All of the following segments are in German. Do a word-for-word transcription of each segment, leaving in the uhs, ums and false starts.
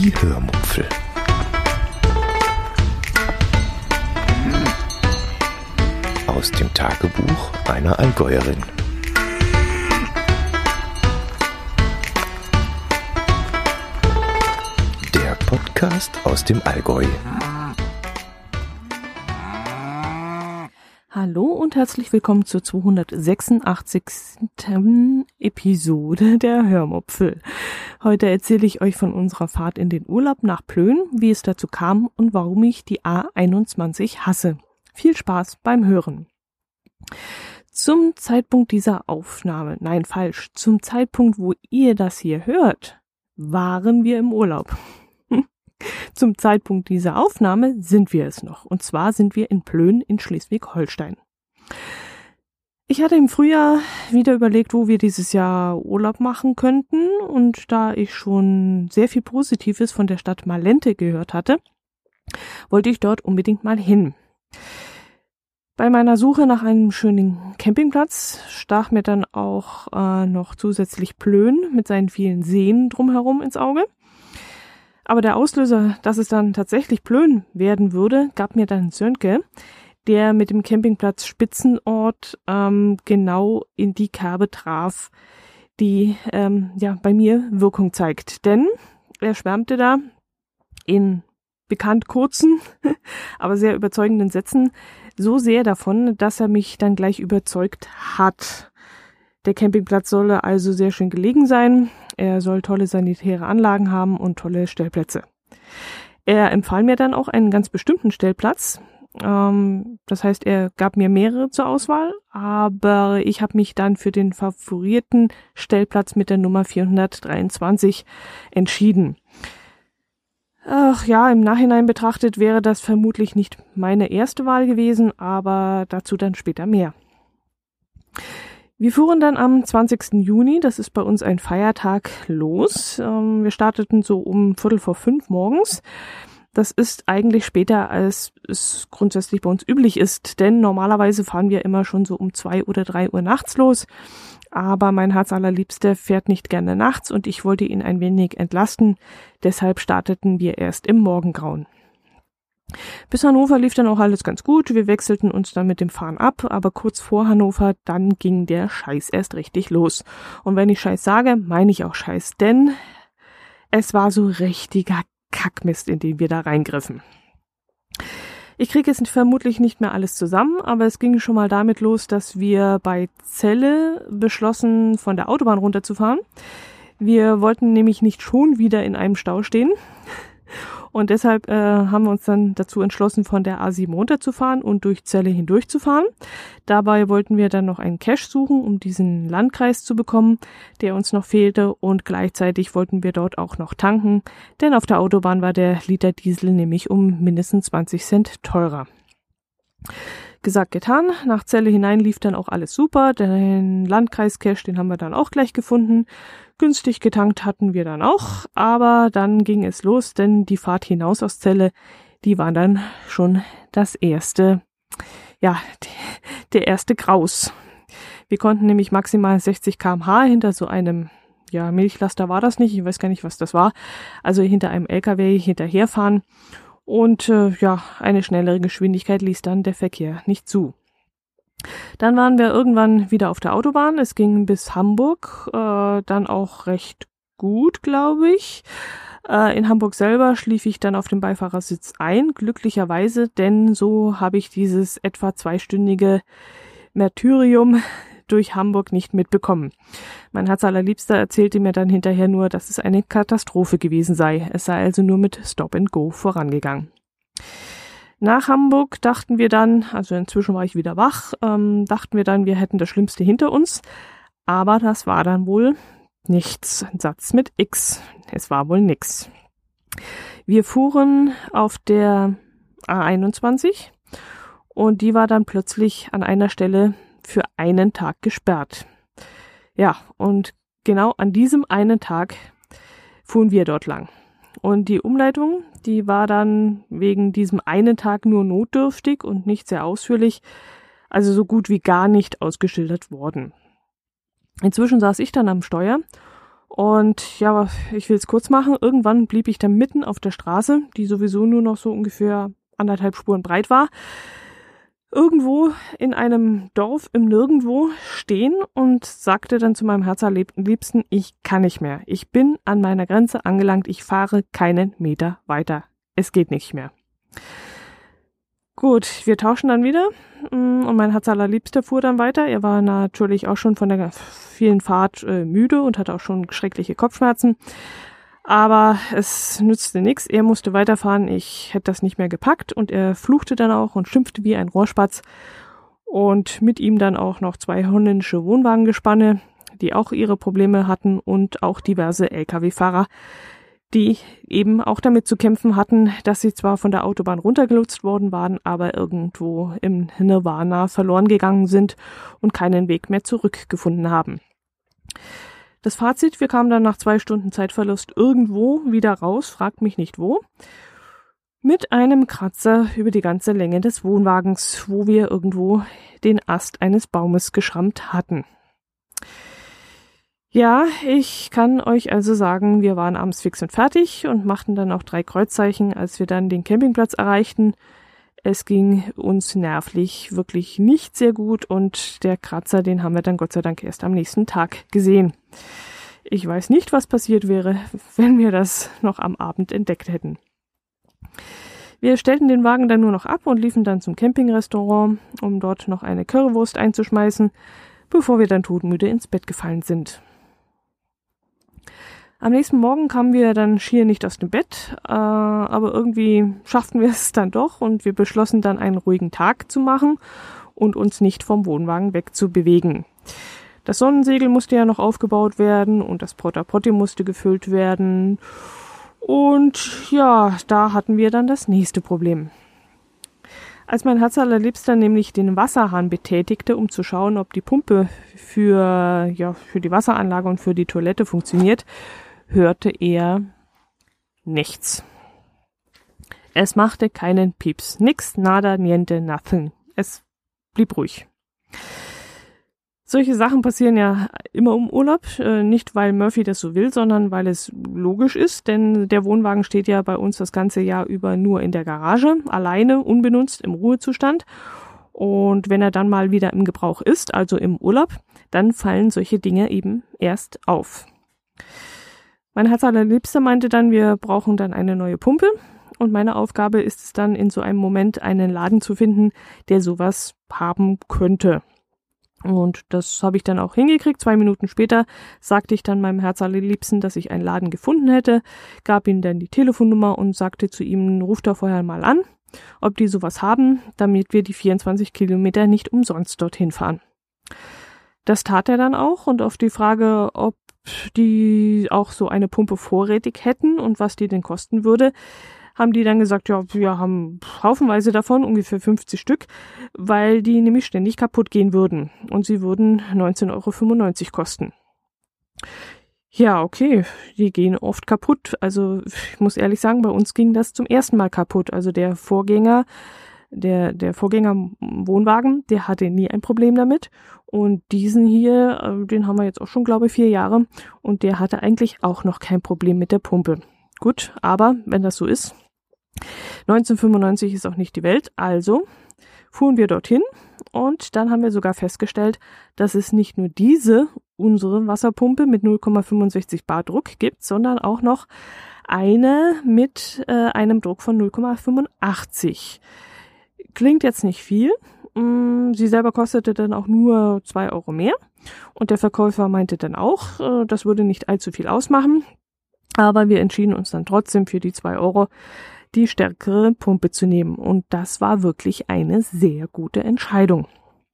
Die Hörmupfel. Aus dem Tagebuch einer Allgäuerin. Der Podcast aus dem Allgäu. Hallo und herzlich willkommen zur zweihundertsechsundachtzigsten Episode der Hörmupfel. Heute erzähle ich euch von unserer Fahrt in den Urlaub nach Plön, wie es dazu kam und warum ich die A einundzwanzig hasse. Viel Spaß beim Hören. Zum Zeitpunkt dieser Aufnahme, nein falsch, zum Zeitpunkt, wo ihr das hier hört, waren wir im Urlaub. Zum Zeitpunkt dieser Aufnahme sind wir es noch. Und zwar sind wir in Plön in Schleswig-Holstein. Ich hatte im Frühjahr wieder überlegt, wo wir dieses Jahr Urlaub machen könnten. Und da ich schon sehr viel Positives von der Stadt Malente gehört hatte, wollte ich dort unbedingt mal hin. Bei meiner Suche nach einem schönen Campingplatz stach mir dann auch äh, noch zusätzlich Plön mit seinen vielen Seen drumherum ins Auge. Aber der Auslöser, dass es dann tatsächlich Plön werden würde, gab mir dann Sönke, der mit dem Campingplatz Spitzenort ähm, genau in die Kerbe traf, die ähm, ja bei mir Wirkung zeigt. Denn er schwärmte da in bekannt kurzen, aber sehr überzeugenden Sätzen so sehr davon, dass er mich dann gleich überzeugt hat. Der Campingplatz solle also sehr schön gelegen sein. Er soll tolle sanitäre Anlagen haben und tolle Stellplätze. Er empfahl mir dann auch einen ganz bestimmten Stellplatz. Ähm, das heißt, er gab mir mehrere zur Auswahl, aber ich habe mich dann für den favorierten Stellplatz mit der Nummer vierhundertdreiundzwanzig entschieden. Ach ja, im Nachhinein betrachtet wäre das vermutlich nicht meine erste Wahl gewesen, aber dazu dann später mehr. Wir fuhren dann am zwanzigsten Juni, das ist bei uns ein Feiertag, los. Wir starteten so um Viertel vor fünf morgens. Das ist eigentlich später, als es grundsätzlich bei uns üblich ist, denn normalerweise fahren wir immer schon so um zwei oder drei Uhr nachts los. Aber mein Herzallerliebster fährt nicht gerne nachts und ich wollte ihn ein wenig entlasten. Deshalb starteten wir erst im Morgengrauen. Bis Hannover lief dann auch alles ganz gut. Wir wechselten uns dann mit dem Fahren ab, aber kurz vor Hannover, dann ging der Scheiß erst richtig los. Und wenn ich Scheiß sage, meine ich auch Scheiß, denn es war so richtiger Kackmist, in den wir da reingriffen. Ich kriege jetzt vermutlich nicht mehr alles zusammen, aber es ging schon mal damit los, dass wir bei Celle beschlossen, von der Autobahn runterzufahren. Wir wollten nämlich nicht schon wieder in einem Stau stehen. Und deshalb äh, haben wir uns dann dazu entschlossen, von der A sieben runterzufahren und durch Celle hindurchzufahren. Dabei wollten wir dann noch einen Cache suchen, um diesen Landkreis zu bekommen, der uns noch fehlte. Und gleichzeitig wollten wir dort auch noch tanken, denn auf der Autobahn war der Liter Diesel nämlich um mindestens zwanzig Cent teurer. Gesagt, getan. Nach Celle hinein lief dann auch alles super. Den Landkreis-Cache, den haben wir dann auch gleich gefunden. Günstig getankt hatten wir dann auch, aber dann ging es los, denn die Fahrt hinaus aus Celle, die war dann schon das erste, ja, der erste Graus. Wir konnten nämlich maximal sechzig Kilometer pro Stunde hinter so einem, ja, Milchlaster war das nicht, ich weiß gar nicht, was das war, also hinter einem L K W hinterherfahren und äh, ja, eine schnellere Geschwindigkeit ließ dann der Verkehr nicht zu. Dann waren wir irgendwann wieder auf der Autobahn. Es ging bis Hamburg, äh, dann auch recht gut, glaube ich. Äh, in Hamburg selber schlief ich dann auf dem Beifahrersitz ein, glücklicherweise, denn so habe ich dieses etwa zweistündige Martyrium durch Hamburg nicht mitbekommen. Mein Herzallerliebster erzählte mir dann hinterher nur, dass es eine Katastrophe gewesen sei. Es sei also nur mit Stop and Go vorangegangen. Nach Hamburg dachten wir dann, also inzwischen war ich wieder wach, ähm, dachten wir dann, wir hätten das Schlimmste hinter uns. Aber das war dann wohl nichts. Ein Satz mit X. Es war wohl nix. Wir fuhren auf der A einundzwanzig und die war dann plötzlich an einer Stelle für einen Tag gesperrt. Ja, und genau an diesem einen Tag fuhren wir dort lang. Und die Umleitung, die war dann wegen diesem einen Tag nur notdürftig und nicht sehr ausführlich, also so gut wie gar nicht ausgeschildert worden. Inzwischen saß ich dann am Steuer Und ja, ich will es kurz machen. Irgendwann blieb ich dann mitten auf der Straße, die sowieso nur noch so ungefähr anderthalb Spuren breit war, irgendwo in einem Dorf im Nirgendwo stehen und sagte dann zu meinem Herzallerliebsten, ich kann nicht mehr. Ich bin an meiner Grenze angelangt, ich fahre keinen Meter weiter. Es geht nicht mehr. Gut, wir tauschen dann wieder und mein Herzallerliebster fuhr dann weiter. Er war natürlich auch schon von der vielen Fahrt äh, müde und hatte auch schon schreckliche Kopfschmerzen. Aber es nützte nichts, er musste weiterfahren, ich hätte das nicht mehr gepackt und er fluchte dann auch und schimpfte wie ein Rohrspatz und mit ihm dann auch noch zwei holländische Wohnwagengespanne, die auch ihre Probleme hatten und auch diverse L K W-Fahrer, die eben auch damit zu kämpfen hatten, dass sie zwar von der Autobahn runtergelotst worden waren, aber irgendwo im Nirvana verloren gegangen sind und keinen Weg mehr zurückgefunden haben. Das Fazit, wir kamen dann nach zwei Stunden Zeitverlust irgendwo wieder raus, fragt mich nicht wo, mit einem Kratzer über die ganze Länge des Wohnwagens, wo wir irgendwo den Ast eines Baumes geschrammt hatten. Ja, ich kann euch also sagen, wir waren abends fix und fertig und machten dann auch drei Kreuzzeichen, als wir dann den Campingplatz erreichten. Es ging uns nervlich wirklich nicht sehr gut und der Kratzer, den haben wir dann Gott sei Dank erst am nächsten Tag gesehen. Ich weiß nicht, was passiert wäre, wenn wir das noch am Abend entdeckt hätten. Wir stellten den Wagen dann nur noch ab und liefen dann zum Campingrestaurant, um dort noch eine Currywurst einzuschmeißen, bevor wir dann todmüde ins Bett gefallen sind. Am nächsten Morgen kamen wir dann schier nicht aus dem Bett, äh, aber irgendwie schafften wir es dann doch und wir beschlossen dann einen ruhigen Tag zu machen und uns nicht vom Wohnwagen wegzubewegen. Das Sonnensegel musste ja noch aufgebaut werden und das Porta Potty musste gefüllt werden und ja, da hatten wir dann das nächste Problem. Als mein Herzallerliebster nämlich den Wasserhahn betätigte, um zu schauen, ob die Pumpe für, ja, für die Wasseranlage und für die Toilette funktioniert, hörte er nichts. Es machte keinen Pieps. Nix, nada, niente, nothing. Es blieb ruhig. Solche Sachen passieren ja immer im Urlaub, äh, nicht weil Murphy das so will, sondern weil es logisch ist, denn der Wohnwagen steht ja bei uns das ganze Jahr über nur in der Garage, alleine, unbenutzt, im Ruhezustand. Und wenn er dann mal wieder im Gebrauch ist, also im Urlaub, dann fallen solche Dinge eben erst auf. Mein Herzallerliebster meinte dann, wir brauchen dann eine neue Pumpe und meine Aufgabe ist es dann, in so einem Moment einen Laden zu finden, der sowas haben könnte. Und das habe ich dann auch hingekriegt. Zwei Minuten später sagte ich dann meinem Herzallerliebsten, dass ich einen Laden gefunden hätte, gab ihm dann die Telefonnummer und sagte zu ihm, ruf da vorher mal an, ob die sowas haben, damit wir die vierundzwanzig Kilometer nicht umsonst dorthin fahren. Das tat er dann auch und auf die Frage, ob die auch so eine Pumpe vorrätig hätten und was die denn kosten würde, haben die dann gesagt, ja, wir haben haufenweise davon, ungefähr fünfzig Stück, weil die nämlich ständig kaputt gehen würden. Und sie würden neunzehn Euro fünfundneunzig kosten. Ja, okay, die gehen oft kaputt. Also ich muss ehrlich sagen, bei uns ging das zum ersten Mal kaputt. Also der Vorgänger, der, der Vorgänger-Wohnwagen, der hatte nie ein Problem damit. Und diesen hier, den haben wir jetzt auch schon, glaube ich, vier Jahre. Und der hatte eigentlich auch noch kein Problem mit der Pumpe. Gut, aber wenn das so ist, neunzehnhundertfünfundneunzig ist auch nicht die Welt, also fuhren wir dorthin und dann haben wir sogar festgestellt, dass es nicht nur diese, unsere Wasserpumpe mit null Komma fünfundsechzig Bar Druck gibt, sondern auch noch eine mit äh, einem Druck von null Komma fünfundachtzig. Klingt jetzt nicht viel, sie selber kostete dann auch nur zwei Euro mehr und der Verkäufer meinte dann auch, äh, das würde nicht allzu viel ausmachen. Aber wir entschieden uns dann trotzdem für die zwei Euro die stärkere Pumpe zu nehmen. Und das war wirklich eine sehr gute Entscheidung.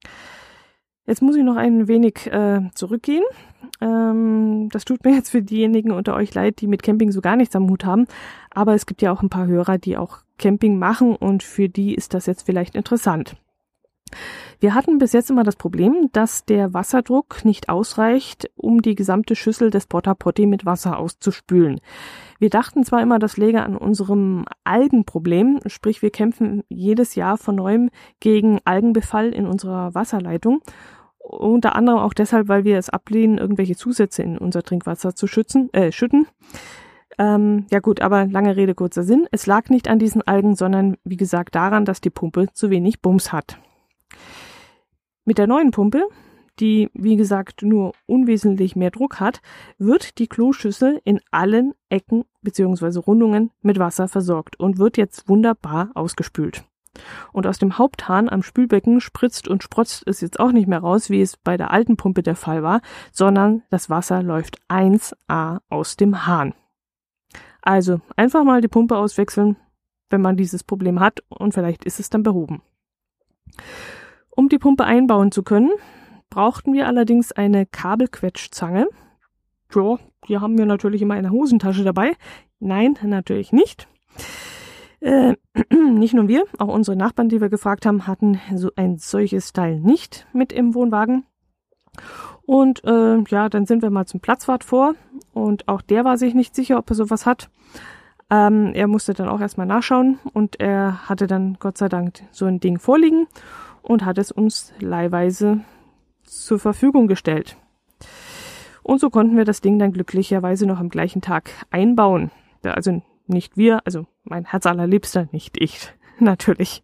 Jetzt muss ich noch ein wenig äh, zurückgehen. Ähm, das tut mir jetzt für diejenigen unter euch leid, die mit Camping so gar nichts am Hut haben. Aber es gibt ja auch ein paar Hörer, die auch Camping machen und für die ist das jetzt vielleicht interessant. Wir hatten bis jetzt immer das Problem, dass der Wasserdruck nicht ausreicht, um die gesamte Schüssel des Porta Potty mit Wasser auszuspülen. Wir dachten zwar immer, das läge an unserem Algenproblem, sprich wir kämpfen jedes Jahr von neuem gegen Algenbefall in unserer Wasserleitung Unter anderem auch deshalb, weil wir es ablehnen, irgendwelche Zusätze in unser Trinkwasser zu schützen, äh, schütten. Ähm, ja gut, aber lange Rede, kurzer Sinn. Es lag nicht an diesen Algen, sondern wie gesagt daran, dass die Pumpe zu wenig Bums hat. Mit der neuen Pumpe, die wie gesagt nur unwesentlich mehr Druck hat, wird die Kloschüssel in allen Ecken bzw. Rundungen mit Wasser versorgt und wird jetzt wunderbar ausgespült. Und aus dem Haupthahn am Spülbecken spritzt und sprotzt es jetzt auch nicht mehr raus, wie es bei der alten Pumpe der Fall war, sondern das Wasser läuft eins a aus dem Hahn. Also einfach mal die Pumpe auswechseln, wenn man dieses Problem hat, und vielleicht ist es dann behoben. Um die Pumpe einbauen zu können, brauchten wir allerdings eine Kabelquetschzange. Ja, die haben wir natürlich immer in der Hosentasche dabei. Nein, natürlich nicht. Äh, nicht nur wir, auch unsere Nachbarn, die wir gefragt haben, hatten so ein solches Teil nicht mit im Wohnwagen. Und äh, ja, dann sind wir mal zum Platzwart vor und auch der war sich nicht sicher, ob er sowas hat. Ähm, er musste dann auch erstmal nachschauen und er hatte dann Gott sei Dank so ein Ding vorliegen und hat es uns leihweise zur Verfügung gestellt. Und so konnten wir das Ding dann glücklicherweise noch am gleichen Tag einbauen. Also nicht wir, also mein Herz allerliebster, nicht ich, natürlich.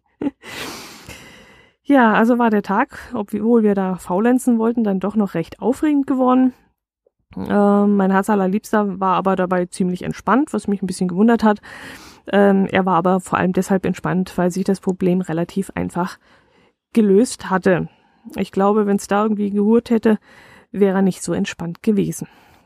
Ja, also war der Tag, obwohl wir da faulenzen wollten, dann doch noch recht aufregend geworden. Ähm, mein Herz allerliebster war aber dabei ziemlich entspannt, was mich ein bisschen gewundert hat. Ähm, er war aber vor allem deshalb entspannt, weil sich das Problem relativ einfach gelöst hatte. Ich glaube, wenn es da irgendwie gehurt hätte, wäre er nicht so entspannt gewesen.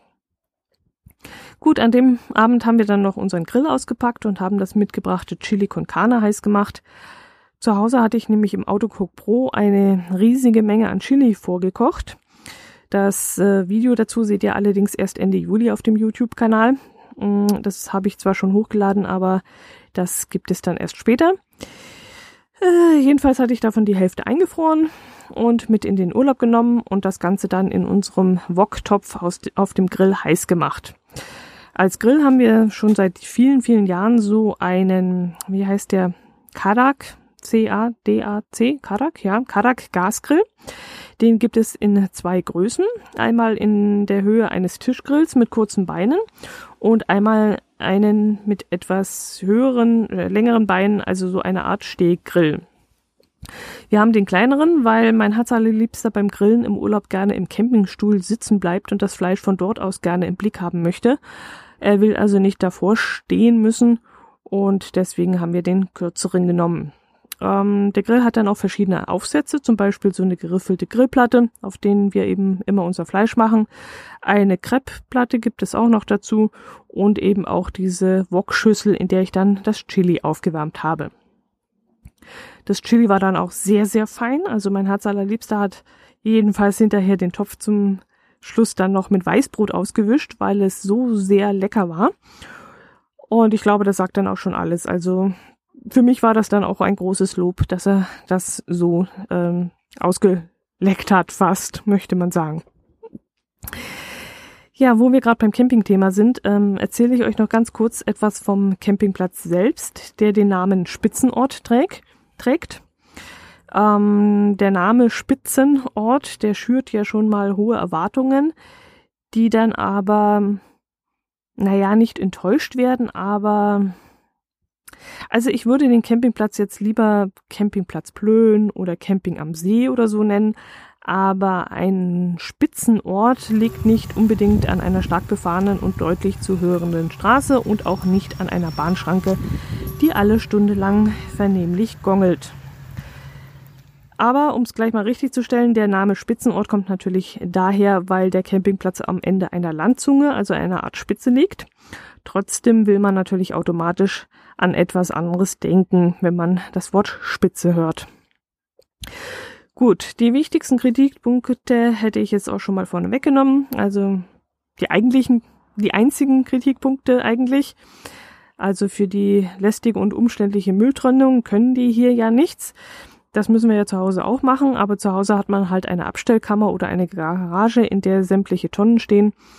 Gut, an dem Abend haben wir dann noch unseren Grill ausgepackt und haben das mitgebrachte Chili con Carne heiß gemacht. Zu Hause hatte ich nämlich im Autocook Pro eine riesige Menge an Chili vorgekocht. Das äh, Video dazu seht ihr allerdings erst Ende Juli auf dem YouTube-Kanal. Das habe ich zwar schon hochgeladen, aber das gibt es dann erst später. Äh, jedenfalls hatte ich davon die Hälfte eingefroren und mit in den Urlaub genommen und das Ganze dann in unserem Wok-Topf auf dem Grill heiß gemacht. Als Grill haben wir schon seit vielen, vielen Jahren so einen, wie heißt der, Karak, C A D A C, Karak, ja, Karak Gasgrill. Den gibt es in zwei Größen. Einmal in der Höhe eines Tischgrills mit kurzen Beinen und einmal einen mit etwas höheren, äh, längeren Beinen, also so eine Art Stehgrill. Wir haben den kleineren, weil mein Herz allerliebster beim Grillen im Urlaub gerne im Campingstuhl sitzen bleibt und das Fleisch von dort aus gerne im Blick haben möchte. Er will also nicht davor stehen müssen und deswegen haben wir den kürzeren genommen. Ähm, der Grill hat dann auch verschiedene Aufsätze, zum Beispiel so eine geriffelte Grillplatte, auf denen wir eben immer unser Fleisch machen. Eine Crepe-Platte gibt es auch noch dazu und eben auch diese Wok-Schüssel, in der ich dann das Chili aufgewärmt habe. Das Chili war dann auch sehr, sehr fein. Also mein Herz allerliebster hat jedenfalls hinterher den Topf zum Schluss dann noch mit Weißbrot ausgewischt, weil es so sehr lecker war. Und ich glaube, das sagt dann auch schon alles. Also für mich war das dann auch ein großes Lob, dass er das so ähm, ausgeleckt hat, fast, möchte man sagen. Ja, wo wir gerade beim Campingthema sind, ähm, erzähle ich euch noch ganz kurz etwas vom Campingplatz selbst, der den Namen Spitzenort trägt. trägt. Ähm, der Name Spitzenort, der schürt ja schon mal hohe Erwartungen, die dann aber, naja, nicht enttäuscht werden, aber also ich würde den Campingplatz jetzt lieber Campingplatz Plön oder Camping am See oder so nennen, aber ein Spitzenort liegt nicht unbedingt an einer stark befahrenen und deutlich zu hörenden Straße und auch nicht an einer Bahnschranke, die alle Stunde lang vernehmlich gongelt. Aber um es gleich mal richtig zu stellen, der Name Spitzenort kommt natürlich daher, weil der Campingplatz am Ende einer Landzunge, also einer Art Spitze liegt. Trotzdem will man natürlich automatisch an etwas anderes denken, wenn man das Wort Spitze hört. Gut, die wichtigsten Kritikpunkte hätte ich jetzt auch schon mal vorne weggenommen. Also die eigentlichen, die einzigen Kritikpunkte eigentlich. Also für die lästige und umständliche Mülltrennung können die hier ja nichts. Das müssen wir ja zu Hause auch machen, aber zu Hause hat man halt eine Abstellkammer oder eine Garage, in der sämtliche Tonnen stehen.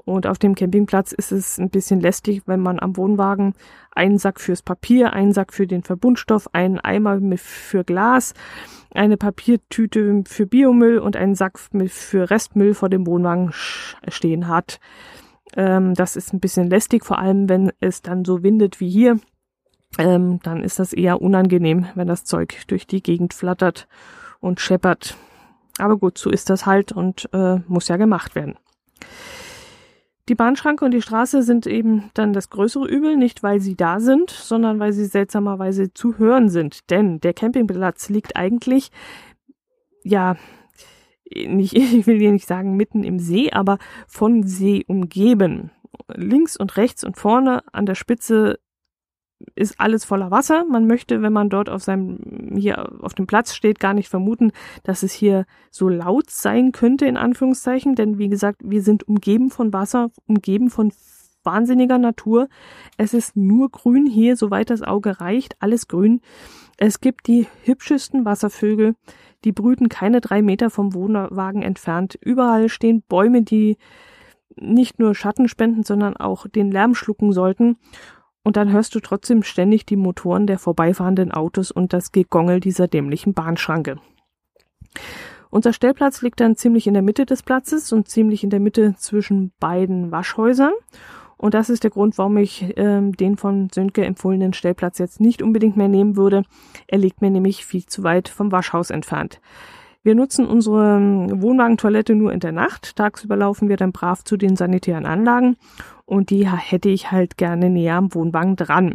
Und auf dem Campingplatz ist es ein bisschen lästig, wenn man am Wohnwagen einen Sack fürs Papier, einen Sack für den Verbundstoff, einen Eimer mit für Glas, eine Papiertüte für Biomüll und einen Sack mit für Restmüll vor dem Wohnwagen stehen hat. Ähm, das ist ein bisschen lästig, vor allem wenn es dann so windet wie hier. Ähm, dann ist das eher unangenehm, wenn das Zeug durch die Gegend flattert und scheppert. Aber gut, so ist das halt und äh, muss ja gemacht werden. Die Bahnschranke und die Straße sind eben dann das größere Übel, nicht weil sie da sind, sondern weil sie seltsamerweise zu hören sind. Denn der Campingplatz liegt eigentlich, ja, nicht, ich will hier nicht sagen mitten im See, aber von See umgeben. Links und rechts und vorne an der Spitze ist alles voller Wasser. Man möchte, wenn man dort auf seinem, hier auf dem Platz steht, gar nicht vermuten, dass es hier so laut sein könnte, in Anführungszeichen. Denn wie gesagt, wir sind umgeben von Wasser, umgeben von wahnsinniger Natur. Es ist nur grün hier, soweit das Auge reicht, alles grün. Es gibt die hübschesten Wasservögel, die brüten keine drei Meter vom Wohnwagen entfernt. Überall stehen Bäume, die nicht nur Schatten spenden, sondern auch den Lärm schlucken sollten. Und dann hörst du trotzdem ständig die Motoren der vorbeifahrenden Autos und das Gegongel dieser dämlichen Bahnschranke. Unser Stellplatz liegt dann ziemlich in der Mitte des Platzes und ziemlich in der Mitte zwischen beiden Waschhäusern. Und das ist der Grund, warum ich ähm, den von Sönke empfohlenen Stellplatz jetzt nicht unbedingt mehr nehmen würde. Er liegt mir nämlich viel zu weit vom Waschhaus entfernt. Wir nutzen unsere Wohnwagentoilette nur in der Nacht. Tagsüber laufen wir dann brav zu den sanitären Anlagen und die hätte ich halt gerne näher am Wohnwagen dran.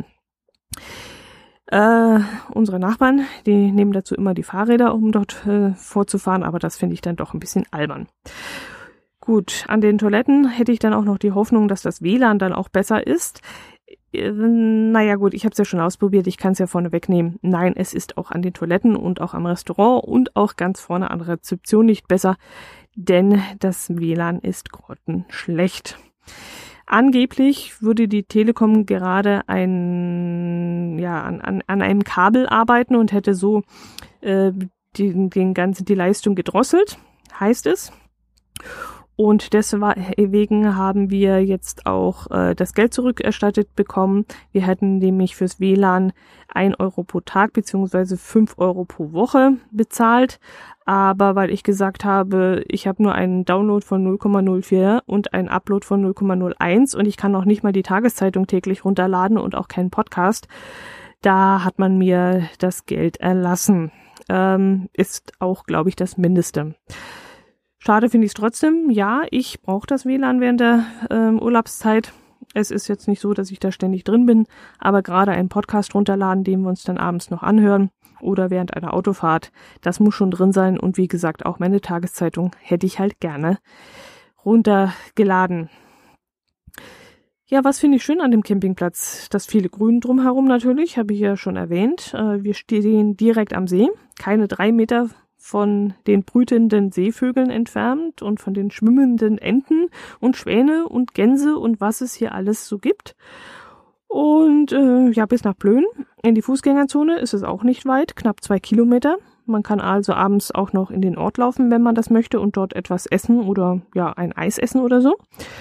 Äh, unsere Nachbarn, die nehmen dazu immer die Fahrräder, um dort äh, vorzufahren, aber das finde ich dann doch ein bisschen albern. Gut, an den Toiletten hätte ich dann auch noch die Hoffnung, dass das W L A N dann auch besser ist. Äh, naja gut, ich habe es ja schon ausprobiert, ich kann es ja vorne wegnehmen. Nein, es ist auch an den Toiletten und auch am Restaurant und auch ganz vorne an der Rezeption nicht besser, denn das W L A N ist grottenschlecht. Angeblich würde die Telekom gerade ein, ja, an, an, an einem Kabel arbeiten und hätte so äh, die, den ganzen, die Leistung gedrosselt, heißt es. Und deswegen haben wir jetzt auch äh, das Geld zurückerstattet bekommen. Wir hätten nämlich fürs W L A N ein Euro pro Tag beziehungsweise fünf Euro pro Woche bezahlt. Aber weil ich gesagt habe, ich habe nur einen Download von null Komma null vier und einen Upload von null Komma null eins und ich kann noch nicht mal die Tageszeitung täglich runterladen und auch keinen Podcast, da hat man mir das Geld erlassen. Ähm, ist auch, glaube ich, das Mindeste. Schade finde ich es trotzdem. Ja, ich brauche das W L A N während der ähm, Urlaubszeit. Es ist jetzt nicht so, dass ich da ständig drin bin, aber gerade einen Podcast runterladen, den wir uns dann abends noch anhören oder während einer Autofahrt, das muss schon drin sein. Und wie gesagt, auch meine Tageszeitung hätte ich halt gerne runtergeladen. Ja, was finde ich schön an dem Campingplatz? Das viele Grün drumherum natürlich, habe ich ja schon erwähnt. Äh, wir stehen direkt am See, keine drei Meter von den brütenden Seevögeln entfernt und von den schwimmenden Enten und Schwäne und Gänse und was es hier alles so gibt. Und äh, ja, bis nach Plön in die Fußgängerzone ist es auch nicht weit, knapp zwei Kilometer. Man kann also abends auch noch in den Ort laufen, wenn man das möchte und dort etwas essen oder ja, ein Eis essen oder so.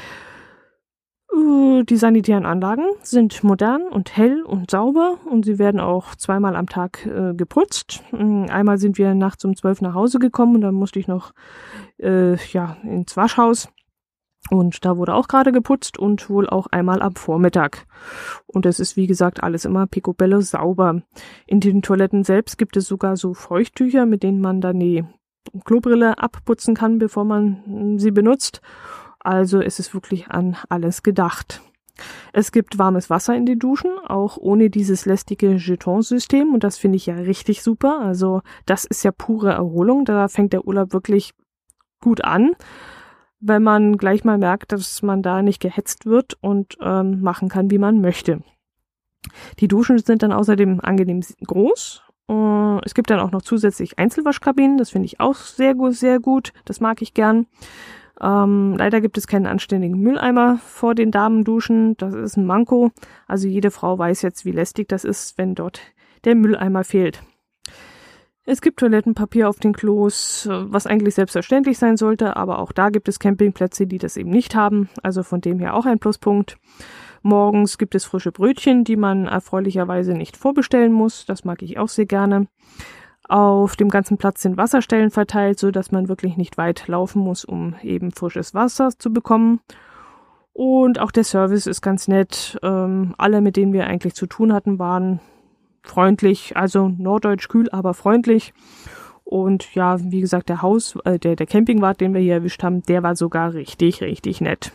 Die sanitären Anlagen sind modern und hell und sauber und sie werden auch zweimal am Tag äh, geputzt. Einmal sind wir nachts um zwölf nach Hause gekommen und dann musste ich noch äh, ja ins Waschhaus und da wurde auch gerade geputzt und wohl auch einmal am Vormittag. Und es ist wie gesagt alles immer picobello sauber. In den Toiletten selbst gibt es sogar so Feuchttücher, mit denen man dann die Klobrille abputzen kann, bevor man sie benutzt. Also es ist wirklich an alles gedacht. Es gibt warmes Wasser in den Duschen, auch ohne dieses lästige Jeton-System und das finde ich ja richtig super. Also das ist ja pure Erholung, da fängt der Urlaub wirklich gut an, wenn man gleich mal merkt, dass man da nicht gehetzt wird und ähm, machen kann, wie man möchte. Die Duschen sind dann außerdem angenehm groß. Uh, es gibt dann auch noch zusätzlich Einzelwaschkabinen, das finde ich auch sehr gut, sehr gut, das mag ich gern. Ähm, leider gibt es keinen anständigen Mülleimer vor den Damenduschen. Das ist ein Manko. Also jede Frau weiß jetzt, wie lästig das ist, wenn dort der Mülleimer fehlt. Es gibt Toilettenpapier auf den Klos, was eigentlich selbstverständlich sein sollte, aber auch da gibt es Campingplätze, die das eben nicht haben, also von dem her auch ein Pluspunkt. Morgens gibt es frische Brötchen, die man erfreulicherweise nicht vorbestellen muss, das mag ich auch sehr gerne. Auf dem ganzen Platz sind Wasserstellen verteilt, so dass man wirklich nicht weit laufen muss, um eben frisches Wasser zu bekommen. Und auch der Service ist ganz nett. Ähm, alle, mit denen wir eigentlich zu tun hatten, waren freundlich, also norddeutsch kühl, aber freundlich. Und ja, wie gesagt, der Haus, äh, der, der Campingwart, den wir hier erwischt haben, der war sogar richtig, richtig nett.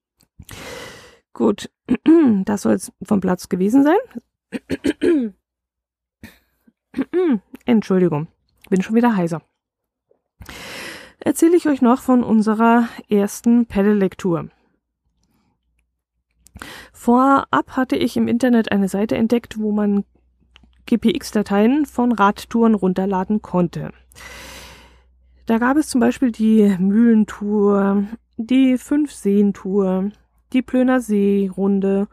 Gut, das soll es vom Platz gewesen sein. Entschuldigung, bin schon wieder heiser. Erzähle ich euch noch von unserer ersten Pedelec-Tour. Vorab hatte ich im Internet eine Seite entdeckt, wo man G P X-Dateien von Radtouren runterladen konnte. Da gab es zum Beispiel die Mühlentour, die Fünf-Seen-Tour, die Plöner See-Runde,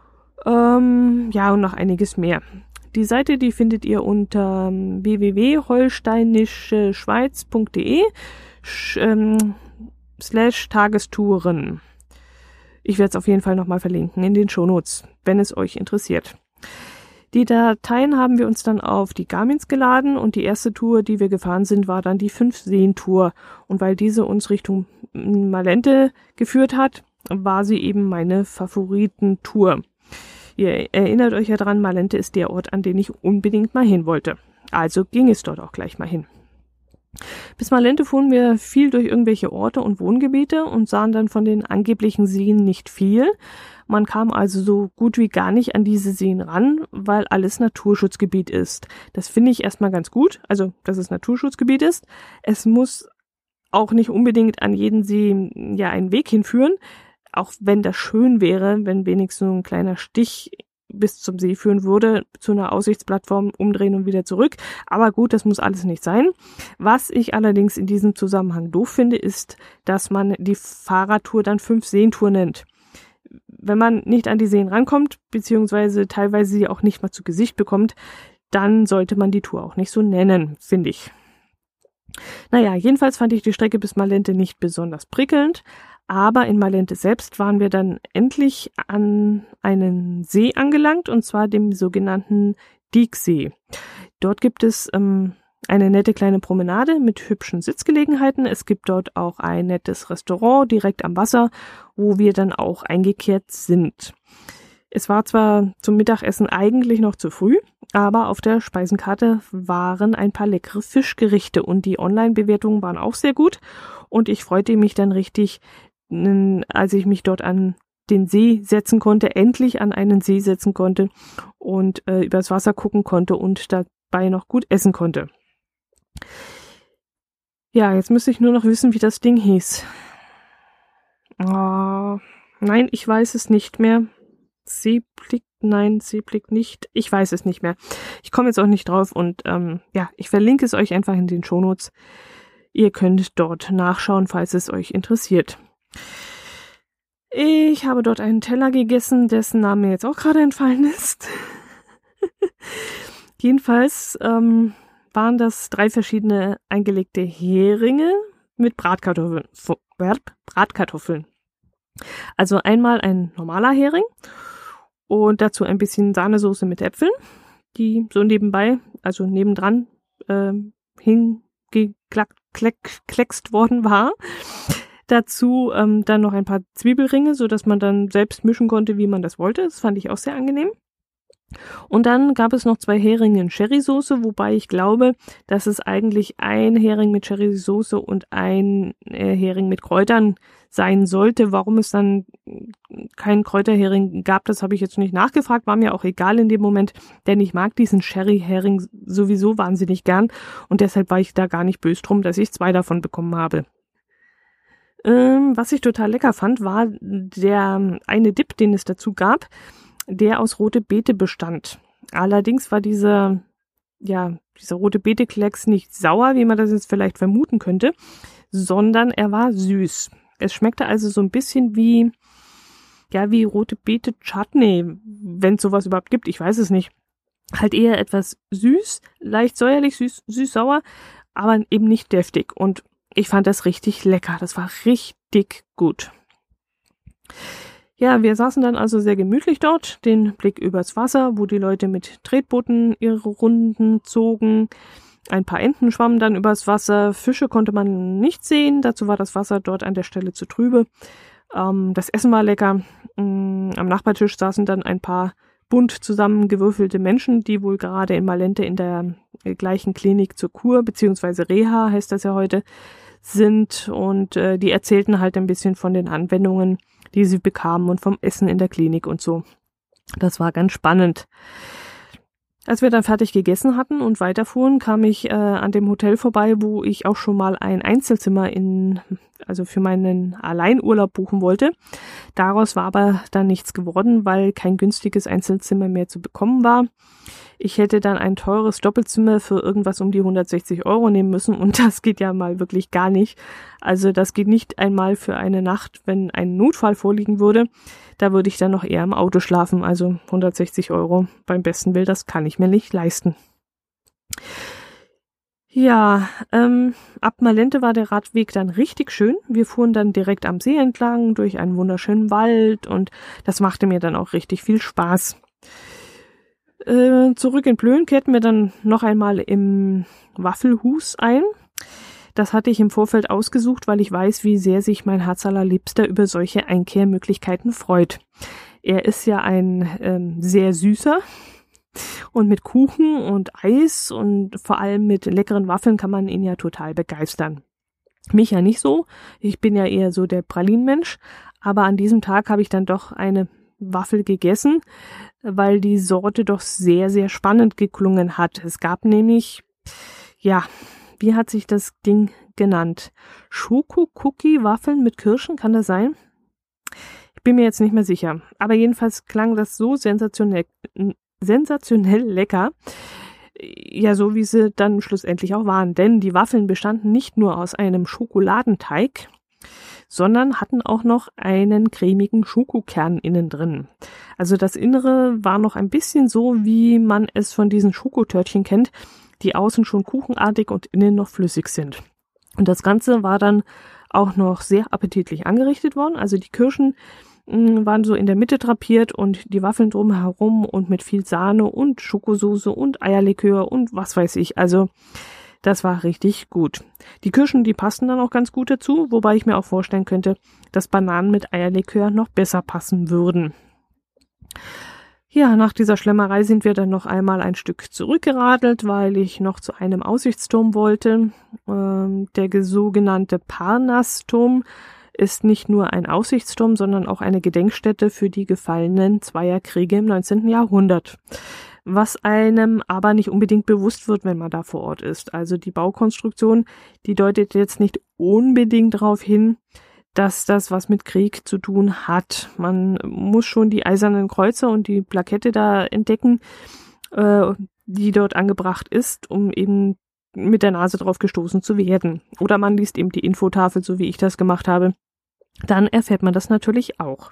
ähm, ja und noch einiges mehr. Die Seite, die findet ihr unter w w w punkt holsteinischeschweiz punkt de ähm, slash Tagestouren. Ich werde es auf jeden Fall nochmal verlinken in den Shownotes, wenn es euch interessiert. Die Dateien haben wir uns dann auf die Garmins geladen und die erste Tour, die wir gefahren sind, war dann die Fünf-Seen-Tour. Und weil diese uns Richtung Malente geführt hat, war sie eben meine Favoritentour. Ihr erinnert euch ja dran, Malente ist der Ort, an den ich unbedingt mal hin wollte. Also ging es dort auch gleich mal hin. Bis Malente fuhren wir viel durch irgendwelche Orte und Wohngebiete und sahen dann von den angeblichen Seen nicht viel. Man kam also so gut wie gar nicht an diese Seen ran, weil alles Naturschutzgebiet ist. Das finde ich erstmal ganz gut, also dass es Naturschutzgebiet ist. Es muss auch nicht unbedingt an jeden See ja einen Weg hinführen, auch wenn das schön wäre, wenn wenigstens so ein kleiner Stich bis zum See führen würde, zu einer Aussichtsplattform umdrehen und wieder zurück. Aber gut, das muss alles nicht sein. Was ich allerdings in diesem Zusammenhang doof finde, ist, dass man die Fahrradtour dann Fünf-Seen-Tour nennt. Wenn man nicht an die Seen rankommt, beziehungsweise teilweise sie auch nicht mal zu Gesicht bekommt, dann sollte man die Tour auch nicht so nennen, finde ich. Naja, jedenfalls fand ich die Strecke bis Malente nicht besonders prickelnd, aber in Malente selbst waren wir dann endlich an einen See angelangt, und zwar dem sogenannten Dieksee. Dort gibt es ähm, eine nette kleine Promenade mit hübschen Sitzgelegenheiten. Es gibt dort auch ein nettes Restaurant direkt am Wasser, wo wir dann auch eingekehrt sind. Es war zwar zum Mittagessen eigentlich noch zu früh, aber auf der Speisenkarte waren ein paar leckere Fischgerichte und die Online-Bewertungen waren auch sehr gut. Und ich freute mich dann richtig, als ich mich dort an den See setzen konnte, endlich an einen See setzen konnte und äh, übers Wasser gucken konnte und dabei noch gut essen konnte. Ja, jetzt müsste ich nur noch wissen, wie das Ding hieß. Oh, nein, ich weiß es nicht mehr. Seeblick, nein, Seeblick nicht. Ich weiß es nicht mehr. Ich komme jetzt auch nicht drauf und ähm, ja, ich verlinke es euch einfach in den Shownotes. Ihr könnt dort nachschauen, falls es euch interessiert. Ich habe dort einen Teller gegessen, dessen Name mir jetzt auch gerade entfallen ist. Jedenfalls ähm, waren das drei verschiedene eingelegte Heringe mit Bratkartoffeln. Bratkartoffeln. Also einmal ein normaler Hering und dazu ein bisschen Sahnesoße mit Äpfeln, die so nebenbei, also nebendran äh, hingekleckst worden war. Dazu ähm, dann noch ein paar Zwiebelringe, so dass man dann selbst mischen konnte, wie man das wollte. Das fand ich auch sehr angenehm. Und dann gab es noch zwei Heringe in Sherrysoße, wobei ich glaube, dass es eigentlich ein Hering mit Sherrysoße und ein äh, Hering mit Kräutern sein sollte. Warum es dann keinen Kräuterhering gab, das habe ich jetzt nicht nachgefragt, war mir auch egal in dem Moment, denn ich mag diesen Sherry-Hering sowieso wahnsinnig gern und deshalb war ich da gar nicht böse drum, dass ich zwei davon bekommen habe. Ähm, was ich total lecker fand, war der eine Dip, den es dazu gab, der aus rote Beete bestand. Allerdings war dieser, ja, dieser rote Beete-Klecks nicht sauer, wie man das jetzt vielleicht vermuten könnte, sondern er war süß. Es schmeckte also so ein bisschen wie, ja, wie rote Beete Chutney, wenn es sowas überhaupt gibt, ich weiß es nicht. Halt eher etwas süß, leicht säuerlich, süß, süß-sauer, aber eben nicht deftig. Und ich fand das richtig lecker. Das war richtig gut. Ja, wir saßen dann also sehr gemütlich dort, den Blick übers Wasser, wo die Leute mit Tretbooten ihre Runden zogen. Ein paar Enten schwammen dann übers Wasser. Fische konnte man nicht sehen. Dazu war das Wasser dort an der Stelle zu trübe. Ähm, das Essen war lecker. Ähm, am Nachbartisch saßen dann ein paar bunt zusammengewürfelte Menschen, die wohl gerade in Malente in der gleichen Klinik zur Kur, beziehungsweise Reha heißt das ja heute, sind. Und äh, die erzählten halt ein bisschen von den Anwendungen, die sie bekamen und vom Essen in der Klinik und so. Das war ganz spannend. Als wir dann fertig gegessen hatten und weiterfuhren, kam ich äh, an dem Hotel vorbei, wo ich auch schon mal ein Einzelzimmer in, also für meinen Alleinurlaub buchen wollte. Daraus war aber dann nichts geworden, weil kein günstiges Einzelzimmer mehr zu bekommen war. Ich hätte dann ein teures Doppelzimmer für irgendwas um die hundertsechzig Euro nehmen müssen und das geht ja mal wirklich gar nicht. Also das geht nicht einmal für eine Nacht, wenn ein Notfall vorliegen würde. Da würde ich dann noch eher im Auto schlafen. Also hundertsechzig Euro beim besten Willen, das kann ich mir nicht leisten. Ja, ähm, ab Malente war der Radweg dann richtig schön. Wir fuhren dann direkt am See entlang durch einen wunderschönen Wald und das machte mir dann auch richtig viel Spaß. Äh, zurück in Plön kehrten wir dann noch einmal im Waffelhus ein. Das hatte ich im Vorfeld ausgesucht, weil ich weiß, wie sehr sich mein Herzallerliebster über solche Einkehrmöglichkeiten freut. Er ist ja ein ähm, sehr süßer und mit Kuchen und Eis und vor allem mit leckeren Waffeln kann man ihn ja total begeistern. Mich ja nicht so. Ich bin ja eher so der Pralinenmensch, aber an diesem Tag habe ich dann doch eine Waffel gegessen, weil die Sorte doch sehr, sehr spannend geklungen hat. Es gab nämlich, ja, wie hat sich das Ding genannt? Schoko-Cookie-Waffeln mit Kirschen, kann das sein? Ich bin mir jetzt nicht mehr sicher. Aber jedenfalls klang das so sensationell, sensationell lecker. Ja, so wie sie dann schlussendlich auch waren. Denn die Waffeln bestanden nicht nur aus einem Schokoladenteig, sondern hatten auch noch einen cremigen Schokokern innen drin. Also das Innere war noch ein bisschen so, wie man es von diesen Schokotörtchen kennt, die außen schon kuchenartig und innen noch flüssig sind. Und das Ganze war dann auch noch sehr appetitlich angerichtet worden. Also die Kirschen mh, waren so in der Mitte drapiert und die Waffeln drumherum und mit viel Sahne und Schokosoße und Eierlikör und was weiß ich. Also das war richtig gut. Die Kirschen, die passten dann auch ganz gut dazu, wobei ich mir auch vorstellen könnte, dass Bananen mit Eierlikör noch besser passen würden. Ja, nach dieser Schlemmerei sind wir dann noch einmal ein Stück zurückgeradelt, weil ich noch zu einem Aussichtsturm wollte. Ähm, der sogenannte Parnassturm ist nicht nur ein Aussichtsturm, sondern auch eine Gedenkstätte für die gefallenen zweier Kriege im neunzehnten Jahrhundert. Was einem aber nicht unbedingt bewusst wird, wenn man da vor Ort ist. Also die Baukonstruktion, die deutet jetzt nicht unbedingt darauf hin, dass das was mit Krieg zu tun hat. Man muss schon die eisernen Kreuze und die Plakette da entdecken, äh, die dort angebracht ist, um eben mit der Nase drauf gestoßen zu werden. Oder man liest eben die Infotafel, so wie ich das gemacht habe. Dann erfährt man das natürlich auch.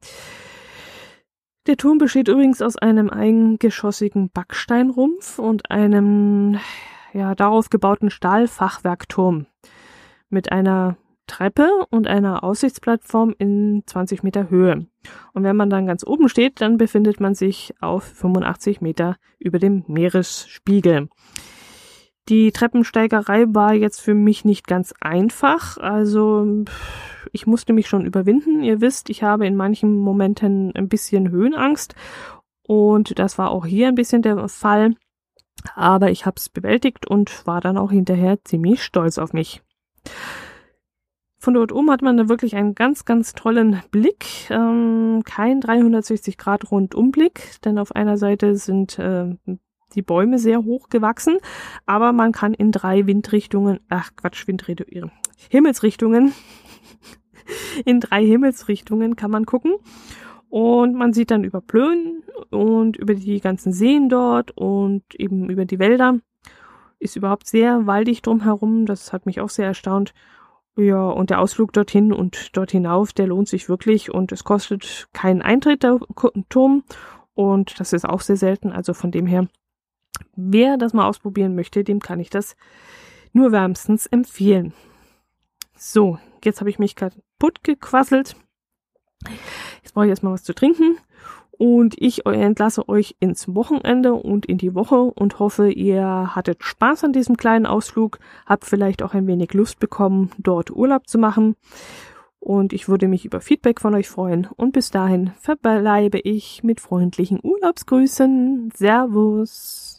Der Turm besteht übrigens aus einem eingeschossigen Backsteinrumpf und einem ja darauf gebauten Stahlfachwerkturm mit einer Treppe und einer Aussichtsplattform in zwanzig Meter Höhe. Und wenn man dann ganz oben steht, dann befindet man sich auf fünfundachtzig Meter über dem Meeresspiegel. Die Treppensteigerei war jetzt für mich nicht ganz einfach. Also ich musste mich schon überwinden. Ihr wisst, ich habe in manchen Momenten ein bisschen Höhenangst und das war auch hier ein bisschen der Fall. Aber ich habe es bewältigt und war dann auch hinterher ziemlich stolz auf mich. Von dort oben hat man da wirklich einen ganz, ganz tollen Blick. Ähm, kein dreihundertsechzig Grad Rundumblick, denn auf einer Seite sind äh, die Bäume sehr hoch gewachsen, aber man kann in drei Windrichtungen, ach Quatsch, Windrichtungen, Himmelsrichtungen, in drei Himmelsrichtungen kann man gucken und man sieht dann über Plön und über die ganzen Seen dort und eben über die Wälder. Ist überhaupt sehr waldig drumherum, das hat mich auch sehr erstaunt. Ja, und der Ausflug dorthin und dort hinauf, der lohnt sich wirklich und es kostet keinen Eintritt, der Turm. und das ist auch sehr selten, also von dem her, wer das mal ausprobieren möchte, dem kann ich das nur wärmstens empfehlen. So, jetzt habe ich mich kaputt gequasselt. Jetzt brauche ich erstmal was zu trinken und ich entlasse euch ins Wochenende und in die Woche und hoffe, ihr hattet Spaß an diesem kleinen Ausflug, habt vielleicht auch ein wenig Lust bekommen, dort Urlaub zu machen. Und ich würde mich über Feedback von euch freuen. Und bis dahin verbleibe ich mit freundlichen Urlaubsgrüßen. Servus.